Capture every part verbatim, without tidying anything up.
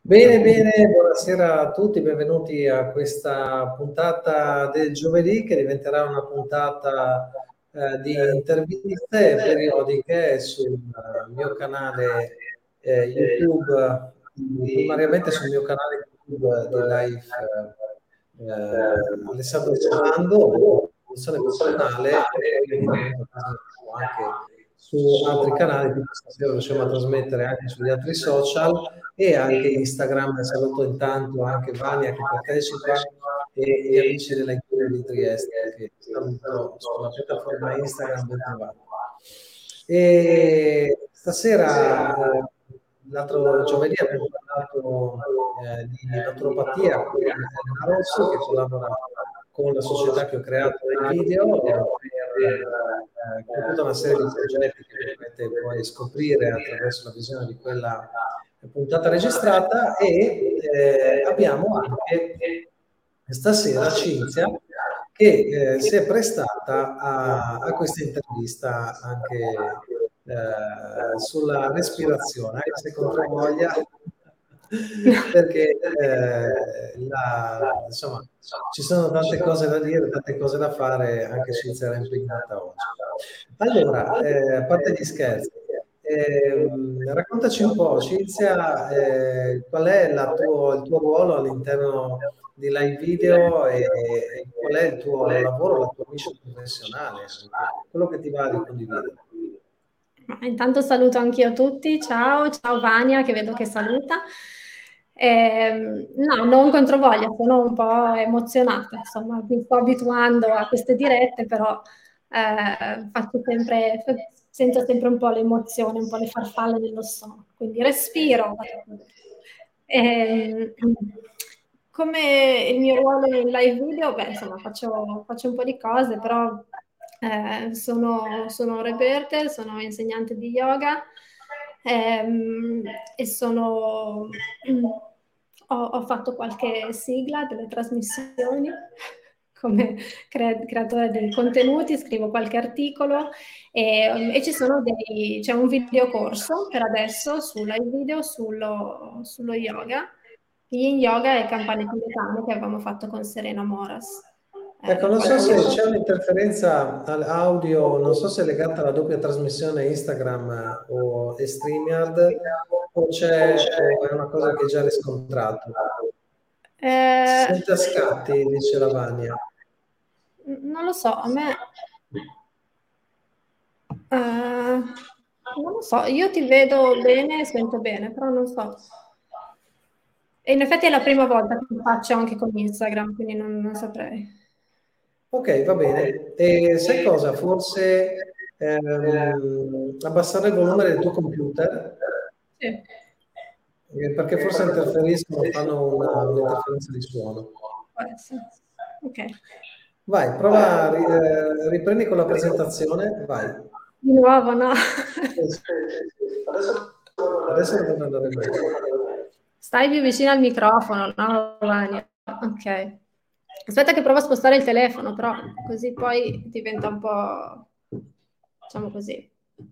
Bene, bene, buonasera a tutti, benvenuti a questa puntata del giovedì che diventerà una puntata eh, di interviste periodiche sul eh, mio canale eh, YouTube, di- primariamente sul mio canale YouTube di Life eh, Alessandro Orlando, produzione personale, e poi ogni tanto trasmettiamo anche su altri canali, tipo stasera riusciamo a trasmettere anche sugli altri social e anche Instagram. Saluto intanto anche Vania che partecipa e gli amici della Chiesa di Trieste che saluto sulla piattaforma Instagram, ben trovati. E stasera, eh, l'altro giovedì abbiamo parlato eh, di naturopatia con Elena Rossi che collabora con la società che ho creato dei video per eh, con tutta una serie di progetti che potrete poi scoprire attraverso la visione di quella puntata registrata e eh, abbiamo anche stasera Cinzia che eh, si è prestata a, a questa intervista anche eh, sulla respirazione, anche se controvoglia, perché eh, la, insomma, ci sono tante cose da dire, tante cose da fare, anche Cinzia era impegnata oggi. Allora, eh, a parte gli scherzi, ehm, raccontaci un po', Cinzia, eh, qual è la tuo- il tuo ruolo all'interno di Live Video e, e qual è il tuo lavoro, la tua mission professionale, anche, quello che ti va di condividere. Ma Intanto saluto anch'io tutti, ciao, ciao Vania che vedo che saluta. Ehm, no, non controvoglia, sono un po' emozionata, insomma, mi sto abituando a queste dirette, però eh, faccio sempre, sento sempre un po' l'emozione, un po' le farfalle nello stomaco, quindi respiro. Ehm, come il mio ruolo in live video, beh, insomma, faccio, faccio un po' di cose, però eh, sono, sono Rebirth, sono insegnante di yoga ehm, e sono, ho, ho fatto qualche sigla delle trasmissioni come cre- creatore di contenuti, scrivo qualche articolo e, e ci sono dei, c'è un videocorso per adesso su live video sullo, sullo yoga, Yin Yoga e campane tibetane che avevamo fatto con Serena Moras. Ecco, Eh, non so qualche se mese c'è un'interferenza all'audio, non so se è legata alla doppia trasmissione Instagram o e StreamYard o c'è o è una cosa che hai già riscontrato. Si Eh, sente a scatti, dice la Vania. non lo so, a me eh, non lo so, io ti vedo bene, sento bene, però non so. E in effetti è la prima volta che lo faccio anche con Instagram, quindi non, non saprei. Ok, va bene. E sai cosa? Forse ehm, abbassare il volume del tuo computer, Sì. eh, perché forse interferiscono, fanno una- un'interferenza di suono. Può essere. Ok. Vai, prova, a ri- eh, riprendi con la presentazione, vai. Di nuovo, no? Sì, sì. Adesso dovrebbe andare bene. Stai più vicino al microfono, no, Vania? Ok. Aspetta che provo a spostare il telefono, però così poi diventa un po', diciamo così.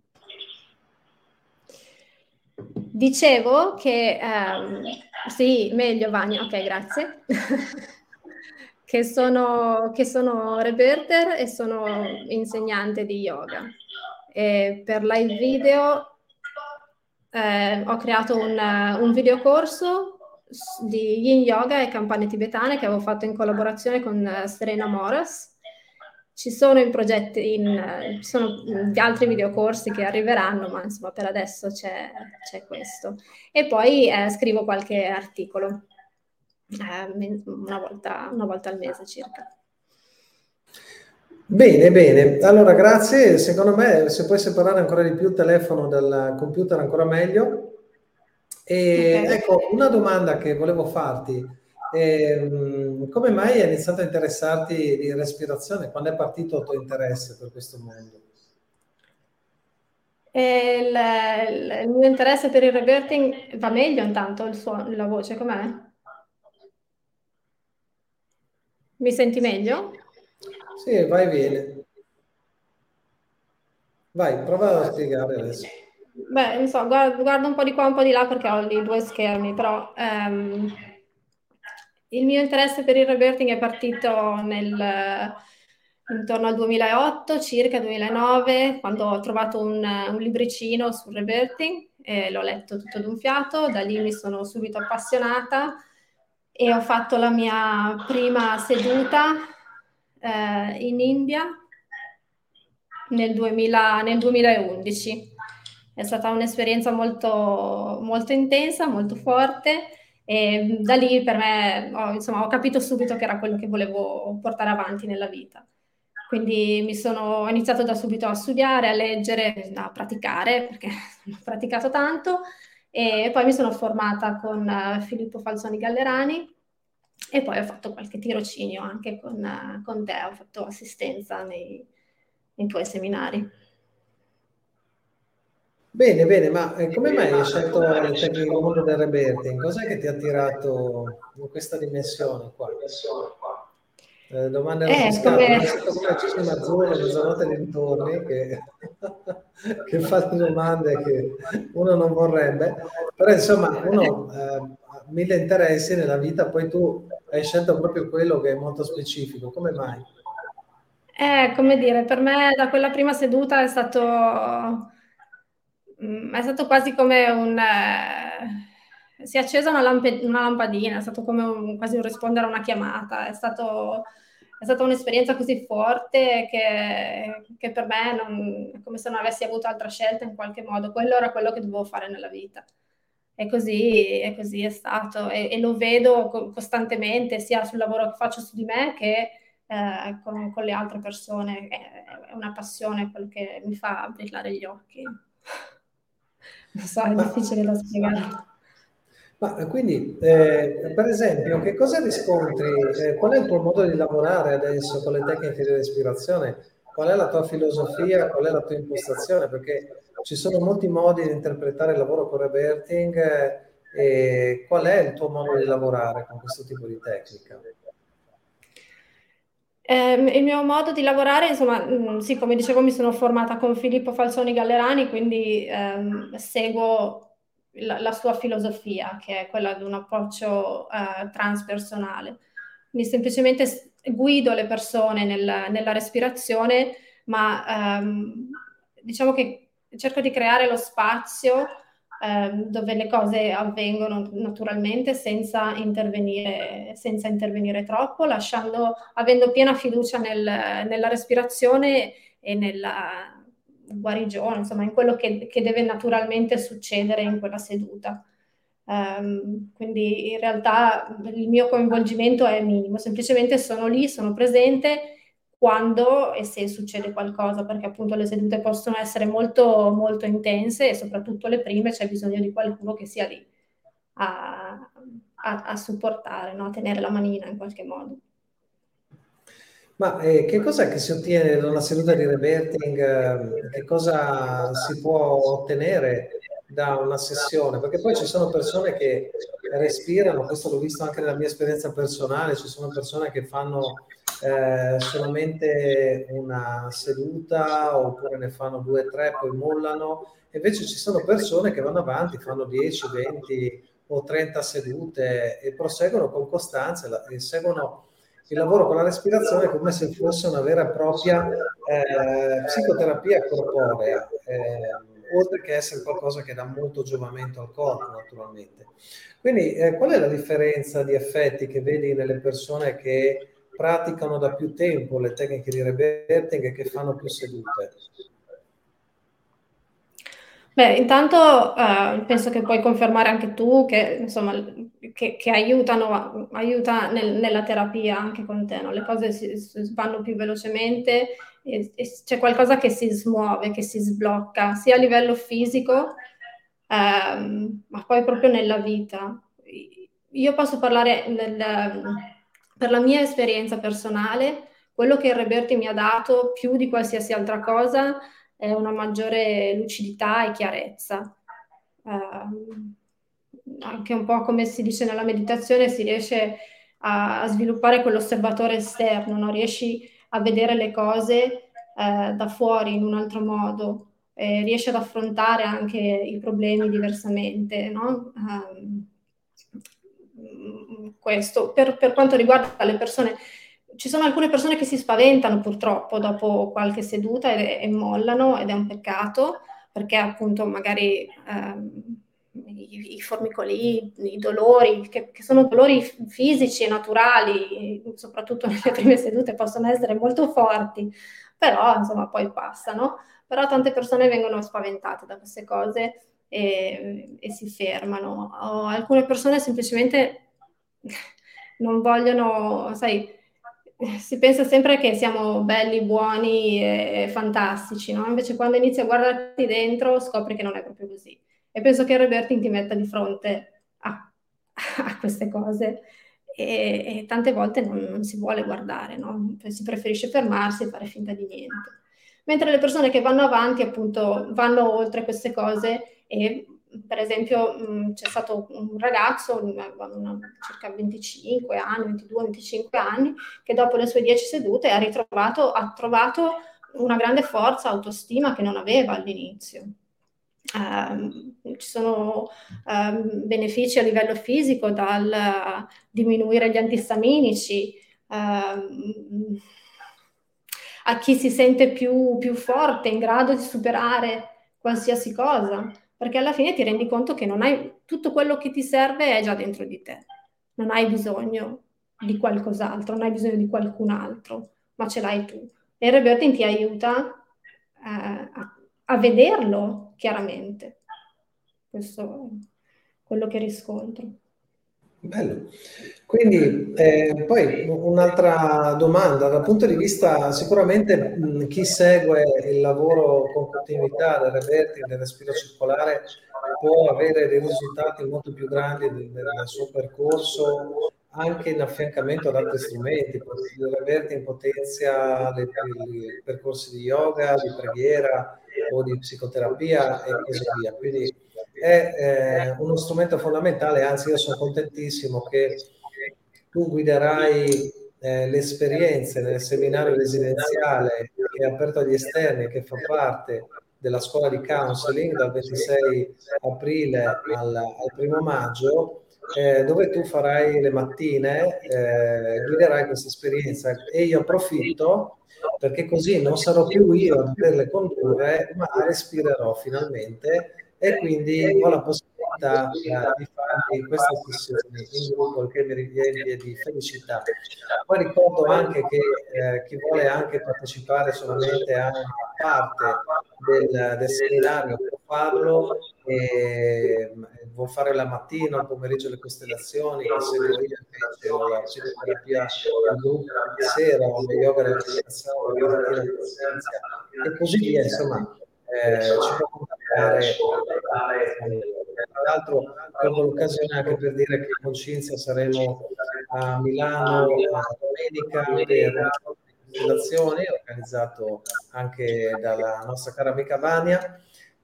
Dicevo che, ehm, sì, meglio Vania, ok, grazie. Che sono, che sono Rebirther e sono insegnante di yoga. E per live video eh, ho creato un, un videocorso s- di Yin Yoga e campane tibetane che avevo fatto in collaborazione con eh, Serena Moras. Ci sono in progetti, in, eh, ci sono mm, altri videocorsi che arriveranno, ma insomma per adesso c'è, c'è questo. E poi eh, scrivo qualche articolo, eh, una volta, una volta al mese circa. Bene, bene. Allora, grazie. Secondo me, se puoi separare ancora di più il telefono dal computer, ancora meglio. Ok. E ecco, una domanda che volevo farti. Ehm, come mai hai iniziato a interessarti di respirazione? Quando è partito il tuo interesse per questo mondo? E il, il- il mio interesse per il reverting va meglio intanto il suono, la voce, com'è? Mi senti meglio? Sì, vai e viene. Vai, prova a spiegare adesso. beh, non so, guardo, guardo un po' di qua, un po' di là perché ho lì due schermi, però ehm, il mio interesse per il reverting è partito nel, intorno al duemilaotto, circa duemilanove, quando ho trovato un, un libricino sul reverting e l'ho letto tutto d'un fiato. Da lì mi sono subito appassionata e ho fatto la mia prima seduta eh, in India nel duemila, nel duemilaundici. È stata un'esperienza molto, molto intensa, molto forte e da lì per me ho, insomma, ho capito subito che era quello che volevo portare avanti nella vita. Quindi mi sono ho iniziato da subito a studiare, a leggere, a praticare, perché ho praticato tanto, e poi mi sono formata con uh, Filippo Falzoni Gallerani e poi ho fatto qualche tirocinio anche con, uh, con te, ho fatto assistenza nei, nei tuoi seminari. Bene, bene, ma eh, come mai hai scelto le tecniche, il mondo del reverting? Cos'è che ti ha attirato in questa dimensione qua? Eh, domande Eh, rompiscape, come... mi sento come Gigi Mazzone, mezzanotte e dintorni, che, che fa le domande che uno non vorrebbe, però insomma uno eh, ha mille interessi nella vita, poi tu hai scelto proprio quello che è molto specifico, come mai? Eh, come dire, per me da quella prima seduta è stato, mm, è stato quasi come un... eh, si è accesa una, lampe- una lampadina, è stato come un- quasi un rispondere a una chiamata, è stato, è stata un'esperienza così forte che, che per me non- è come se non avessi avuto altra scelta in qualche modo, quello era quello che dovevo fare nella vita. E così, e così è stato e, e lo vedo co- costantemente sia sul lavoro che faccio su di me che eh, con, con le altre persone. È, è una passione quello che mi fa brillare gli occhi. Non so, è Ma difficile da spiegare. Ma eh, quindi, eh, per esempio, che cosa riscontri? Eh, qual è il tuo modo di lavorare adesso con le tecniche di respirazione? Qual è la tua filosofia? Qual è la tua impostazione? Perché ci sono molti modi di interpretare il lavoro con reverting. Eh, e qual è il tuo modo di lavorare con questo tipo di tecnica? Ehm, il mio modo di lavorare, insomma, mh, sì, come dicevo, mi sono formata con Filippo Falzoni Gallerani, quindi ehm, seguo la, la sua filosofia, che è quella di un approccio eh, transpersonale. Quindi semplicemente s- guido le persone nel- nella respirazione, ma ehm, diciamo che cerco di creare lo spazio ehm, dove le cose avvengono naturalmente senza intervenire, senza intervenire troppo, lasciando, avendo piena fiducia nel- nella respirazione e nella guarigione, insomma, in quello che, che deve naturalmente succedere in quella seduta. Um, quindi in realtà il mio coinvolgimento è minimo, semplicemente sono lì, sono presente quando e se succede qualcosa, perché appunto le sedute possono essere molto, molto intense e soprattutto le prime c'è bisogno di qualcuno che sia lì a, a, a supportare, no? A tenere la manina in qualche modo. Ma eh, che cos'è che si ottiene da una seduta di reverting? Eh, che cosa si può ottenere da una sessione? Perché poi ci sono persone che respirano, questo l'ho visto anche nella mia esperienza personale, ci sono persone che fanno eh, solamente una seduta oppure ne fanno due o tre, poi mollano. E invece ci sono persone che vanno avanti, fanno dieci, venti o trenta sedute e proseguono con costanza e la- e seguono il lavoro con la respirazione come se fosse una vera e propria eh, psicoterapia corporea, eh, oltre che essere qualcosa che dà molto giovamento al corpo, naturalmente. Quindi, eh, qual è la differenza di effetti che vedi nelle persone che praticano da più tempo le tecniche di reverting e che fanno più sedute? Beh, intanto eh, penso che puoi confermare anche tu che, insomma, che, che aiutano, aiuta nel- nella terapia anche con te, no? Le cose si, si vanno più velocemente e, e c'è qualcosa che si smuove, che si sblocca, sia a livello fisico, ehm, ma poi proprio nella vita. Io posso parlare nel- per la mia esperienza personale, quello che il Reberti mi ha dato più di qualsiasi altra cosa è una maggiore lucidità e chiarezza. Eh, anche un po' come si dice nella meditazione, si riesce a, a sviluppare quell'osservatore esterno, no? Riesci a vedere le cose eh, da fuori in un altro modo. eh, riesce ad affrontare anche i problemi diversamente, no? Um, questo per, per quanto riguarda le persone, ci sono alcune persone che si spaventano purtroppo dopo qualche seduta e, e mollano, ed è un peccato, perché appunto magari ehm, i, i formicoli, i dolori, che, che sono dolori fisici e naturali, soprattutto nelle prime sedute possono essere molto forti, però insomma poi passano. Però tante persone vengono spaventate da queste cose e, e si fermano. O alcune persone semplicemente non vogliono, sai, si pensa sempre che siamo belli, buoni e fantastici, no? Invece quando inizi a guardarti dentro scopri che non è proprio così. E penso che Roberti ti metta di fronte a, a queste cose e, e tante volte non, non si vuole guardare, no? Si preferisce fermarsi e fare finta di niente. Mentre le persone che vanno avanti, appunto, vanno oltre queste cose e, per esempio, mh, c'è stato un ragazzo, una, una, circa venticinque anni, ventidue venticinque anni, che dopo le sue dieci sedute ha ritrovato, ha trovato una grande forza, autostima che non aveva all'inizio. Um, ci sono um, benefici a livello fisico dal uh, diminuire gli antistaminici, um, a chi si sente più, più forte, in grado di superare qualsiasi cosa, perché alla fine ti rendi conto che non hai tutto quello che ti serve è già dentro di te, non hai bisogno di qualcos'altro, non hai bisogno di qualcun altro, ma ce l'hai tu. E il Rebirthing ti aiuta eh, a, a vederlo chiaramente. Questo è quello che riscontro. Bello. Quindi, eh, poi un'altra domanda, dal punto di vista, sicuramente mh, chi segue il lavoro con continuità del reverting, del respiro circolare, può avere dei risultati molto più grandi del, del suo percorso, anche in affiancamento ad altri strumenti. Il reverting potenzia le- i percorsi di yoga, di preghiera o di psicoterapia e così via. Quindi è eh, uno strumento fondamentale, anzi io sono contentissimo che tu guiderai eh, le esperienze nel seminario residenziale che è aperto agli esterni, che fa parte della scuola di counseling dal ventisei aprile al, al primo maggio, eh, dove tu farai le mattine, eh, guiderai questa esperienza e io approfitto perché così non sarò più io a doverle condurre, ma respirerò finalmente e quindi ho la possibilità eh, di fare queste sessioni in gruppo, che mi riempie di felicità. Poi ricordo anche che eh, chi vuole anche partecipare solamente a una parte del, del seminario può farlo, e vuol fare la mattina, il pomeriggio le costellazioni, che seguo io invece, o la psicoterapia di gruppo la sera, o lo yoga e la meditazione la mattina con Cinzia, e così via, insomma, eh, ci può contattare. Tra l'altro colgo l'occasione anche per dire che con Cinzia saremo a Milano a domenica per un giorno di costellazioni organizzato anche dalla nostra cara amica Vania,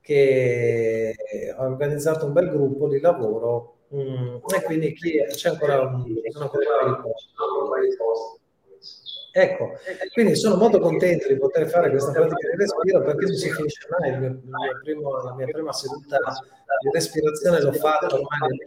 che ha organizzato un bel gruppo di lavoro, mm, e quindi chi, c'è ancora un, ci sono ancora un po' di posti. Ecco, quindi sono molto contento di poter fare questa pratica di respiro, perché non si finisce mai. Il mio, il mio primo, la mia prima seduta di respirazione l'ho fatta ormai nel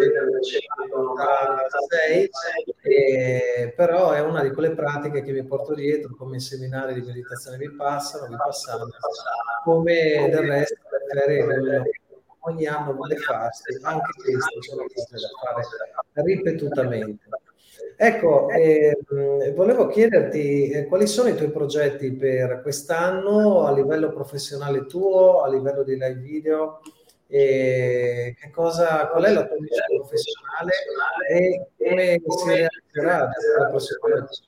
millenovecentonottantasei, e, però è una di quelle pratiche che mi porto dietro, come i seminari di meditazione Vipassana, Vipassana, come del resto le ferie che uno ogni anno vuole farsi, anche queste sono cose da fare ripetutamente. Ecco, eh, mh, volevo chiederti eh, quali sono i tuoi progetti per quest'anno a livello professionale tuo, a livello di live video, e che cosa, qual è la tua missione professionale e come si realizzerà la prossima volta?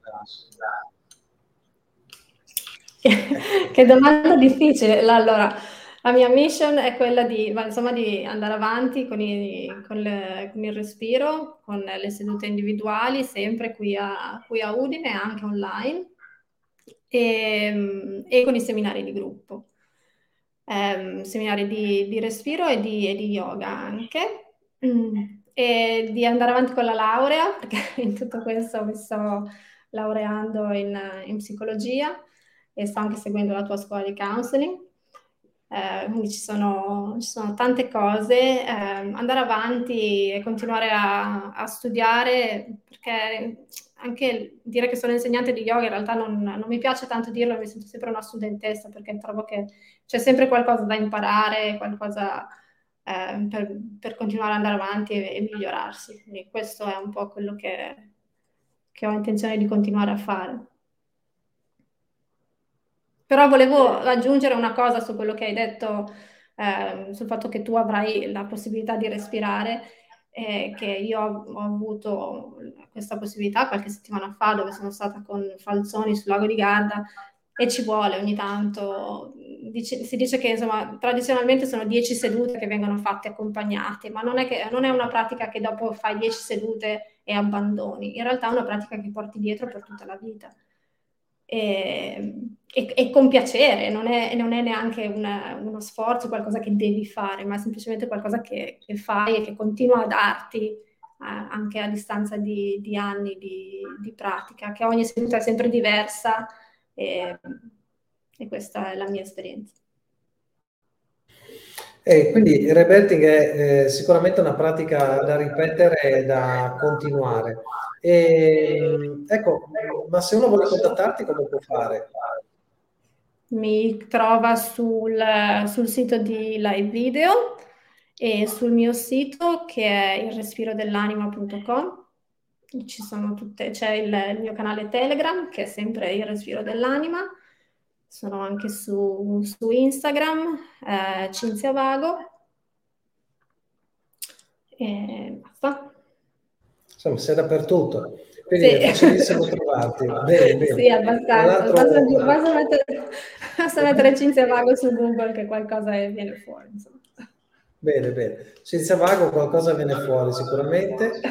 Che domanda difficile. Allora, la mia mission è quella di, ma, insomma, di andare avanti con, i- con le- con il respiro, con le sedute individuali, sempre qui a, qui a Udine e anche online, e, e con i seminari di gruppo. Ehm, seminari di, di respiro e di, e di yoga anche. Mm. E di andare avanti con la laurea, perché in tutto questo mi sto laureando in, in psicologia e sto anche seguendo la tua scuola di counseling. Eh, quindi ci sono, ci sono tante cose, eh, andare avanti e continuare a, a studiare, perché anche dire che sono insegnante di yoga in realtà non, non mi piace tanto dirlo, mi sento sempre una studentessa perché trovo che c'è sempre qualcosa da imparare, qualcosa eh, per, per continuare ad andare avanti e, e migliorarsi. Quindi questo è un po' quello che, che ho intenzione di continuare a fare. Però volevo aggiungere una cosa su quello che hai detto, ehm, sul fatto che tu avrai la possibilità di respirare, eh, che io ho, ho avuto questa possibilità qualche settimana fa, dove sono stata con Falzoni sul lago di Garda, e ci vuole ogni tanto. Dice- si dice che insomma tradizionalmente sono dieci sedute che vengono fatte accompagnate, ma non è, che, non è una pratica che dopo fai dieci sedute e abbandoni, in realtà è una pratica che porti dietro per tutta la vita. E, e, e con piacere, non è, non è neanche una, uno sforzo, qualcosa che devi fare, ma è semplicemente qualcosa che, che fai e che continua a darti eh, anche a distanza di, di anni di, di pratica, che ogni seduta è sempre diversa e, e questa è la mia esperienza. E quindi il rebirthing è eh, sicuramente una pratica da ripetere e da continuare. E, mh, ecco, ma se uno vuole contattarti, come può fare? Mi trova sul, sul sito di Live Video e sul mio sito che è il respiro dell'anima punto com. Ci sono tutte, c'è il, il mio canale Telegram che è sempre il respiro dell'anima. Sono anche su, su Instagram, eh, Cinzia Vago. E basta. Insomma, sei dappertutto, quindi Sì, è facilissimo trovarti. Bene, bene. sì, Tra abbastanza. l'altro, Basta, basta mettere, basta mettere Cinzia Vago su Google che qualcosa viene fuori, insomma. bene, bene. Senza vago qualcosa viene fuori sicuramente.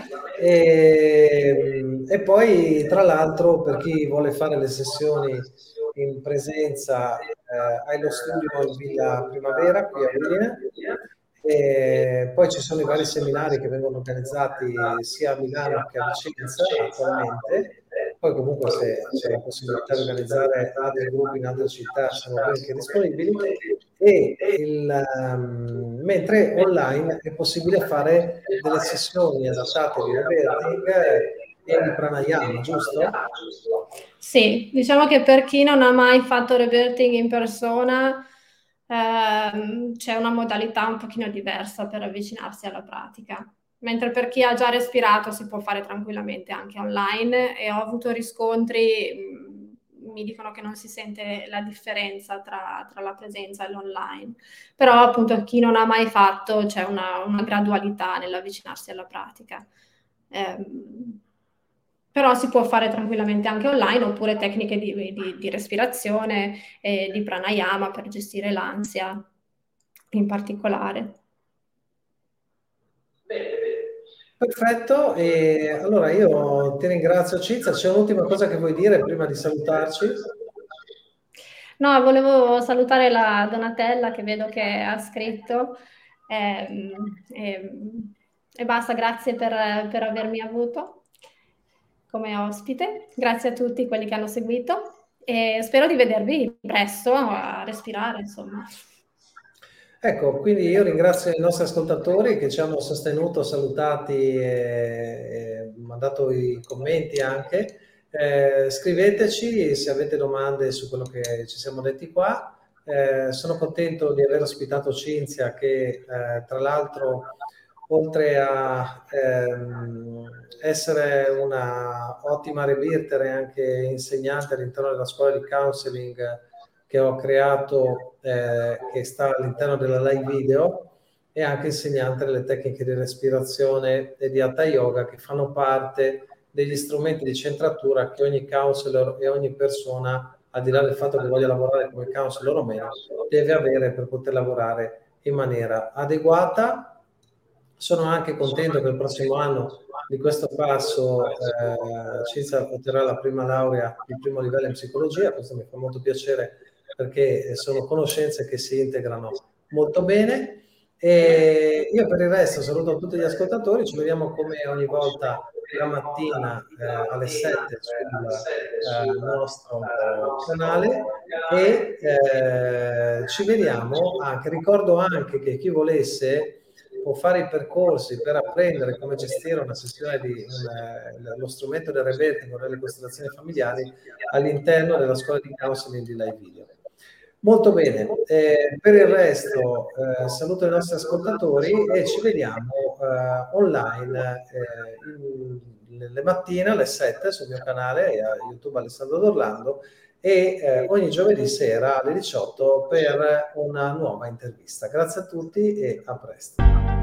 E, e poi, tra l'altro, per chi vuole fare le sessioni in presenza, eh, hai lo studio in Villa Primavera qui a Udine. E poi ci sono i vari seminari che vengono organizzati sia a Milano che a Vicenza attualmente. Poi comunque se c'è la possibilità di organizzare altri gruppi in altre città siamo ben che disponibili. E il, um, mentre online è possibile fare delle sessioni adattate di reverting e di pranayama, giusto? Sì, diciamo che per chi non ha mai fatto reverting in persona, ehm, c'è una modalità un pochino diversa per avvicinarsi alla pratica. Mentre per chi ha già respirato si può fare tranquillamente anche online e ho avuto riscontri, mh, mi dicono che non si sente la differenza tra, tra la presenza e l'online. Però appunto chi non ha mai fatto c'è una, una gradualità nell'avvicinarsi alla pratica. Ehm, però si può fare tranquillamente anche online oppure tecniche di, di, di respirazione e di pranayama per gestire l'ansia in particolare. Perfetto, e allora io ti ringrazio Cinzia, c'è un'ultima cosa che vuoi dire prima di salutarci? No, volevo salutare la Donatella che vedo che ha scritto ehm, e, e basta, grazie per, per avermi avuto come ospite, grazie a tutti quelli che hanno seguito e spero di vedervi presto a respirare, insomma. Ecco, quindi io ringrazio i nostri ascoltatori che ci hanno sostenuto, salutati e, e mandato i commenti anche. Eh, scriveteci se avete domande su quello che ci siamo detti qua. Eh, sono contento di aver ospitato Cinzia che eh, tra l'altro oltre a ehm, essere una ottima rebirter e anche insegnante all'interno della scuola di counseling che ho creato, eh, che sta all'interno della live video, e anche insegnante delle tecniche di respirazione e di Hatha Yoga che fanno parte degli strumenti di centratura che ogni counselor e ogni persona, al di là del fatto che voglia lavorare come counselor o meno, deve avere per poter lavorare in maniera adeguata. Sono anche contento che il prossimo anno di questo passo eh, Cinzia otterrà la prima laurea di primo livello in psicologia. Questo mi fa molto piacere perché sono conoscenze che si integrano molto bene. E io per il resto saluto tutti gli ascoltatori, ci vediamo come ogni volta la mattina eh, alle sette sul eh, nostro canale e eh, ci vediamo anche, ricordo anche che chi volesse può fare i percorsi per apprendere come gestire una sessione di un, eh, lo strumento del reverting con le costellazioni familiari all'interno della scuola di counseling di Live Video. Molto bene, eh, per il resto eh, saluto i nostri ascoltatori e ci vediamo eh, online eh, in, le mattine alle sette sul mio canale a YouTube Alessandro D'Orlando e eh, ogni giovedì sera alle diciotto per una nuova intervista. Grazie a tutti e a presto.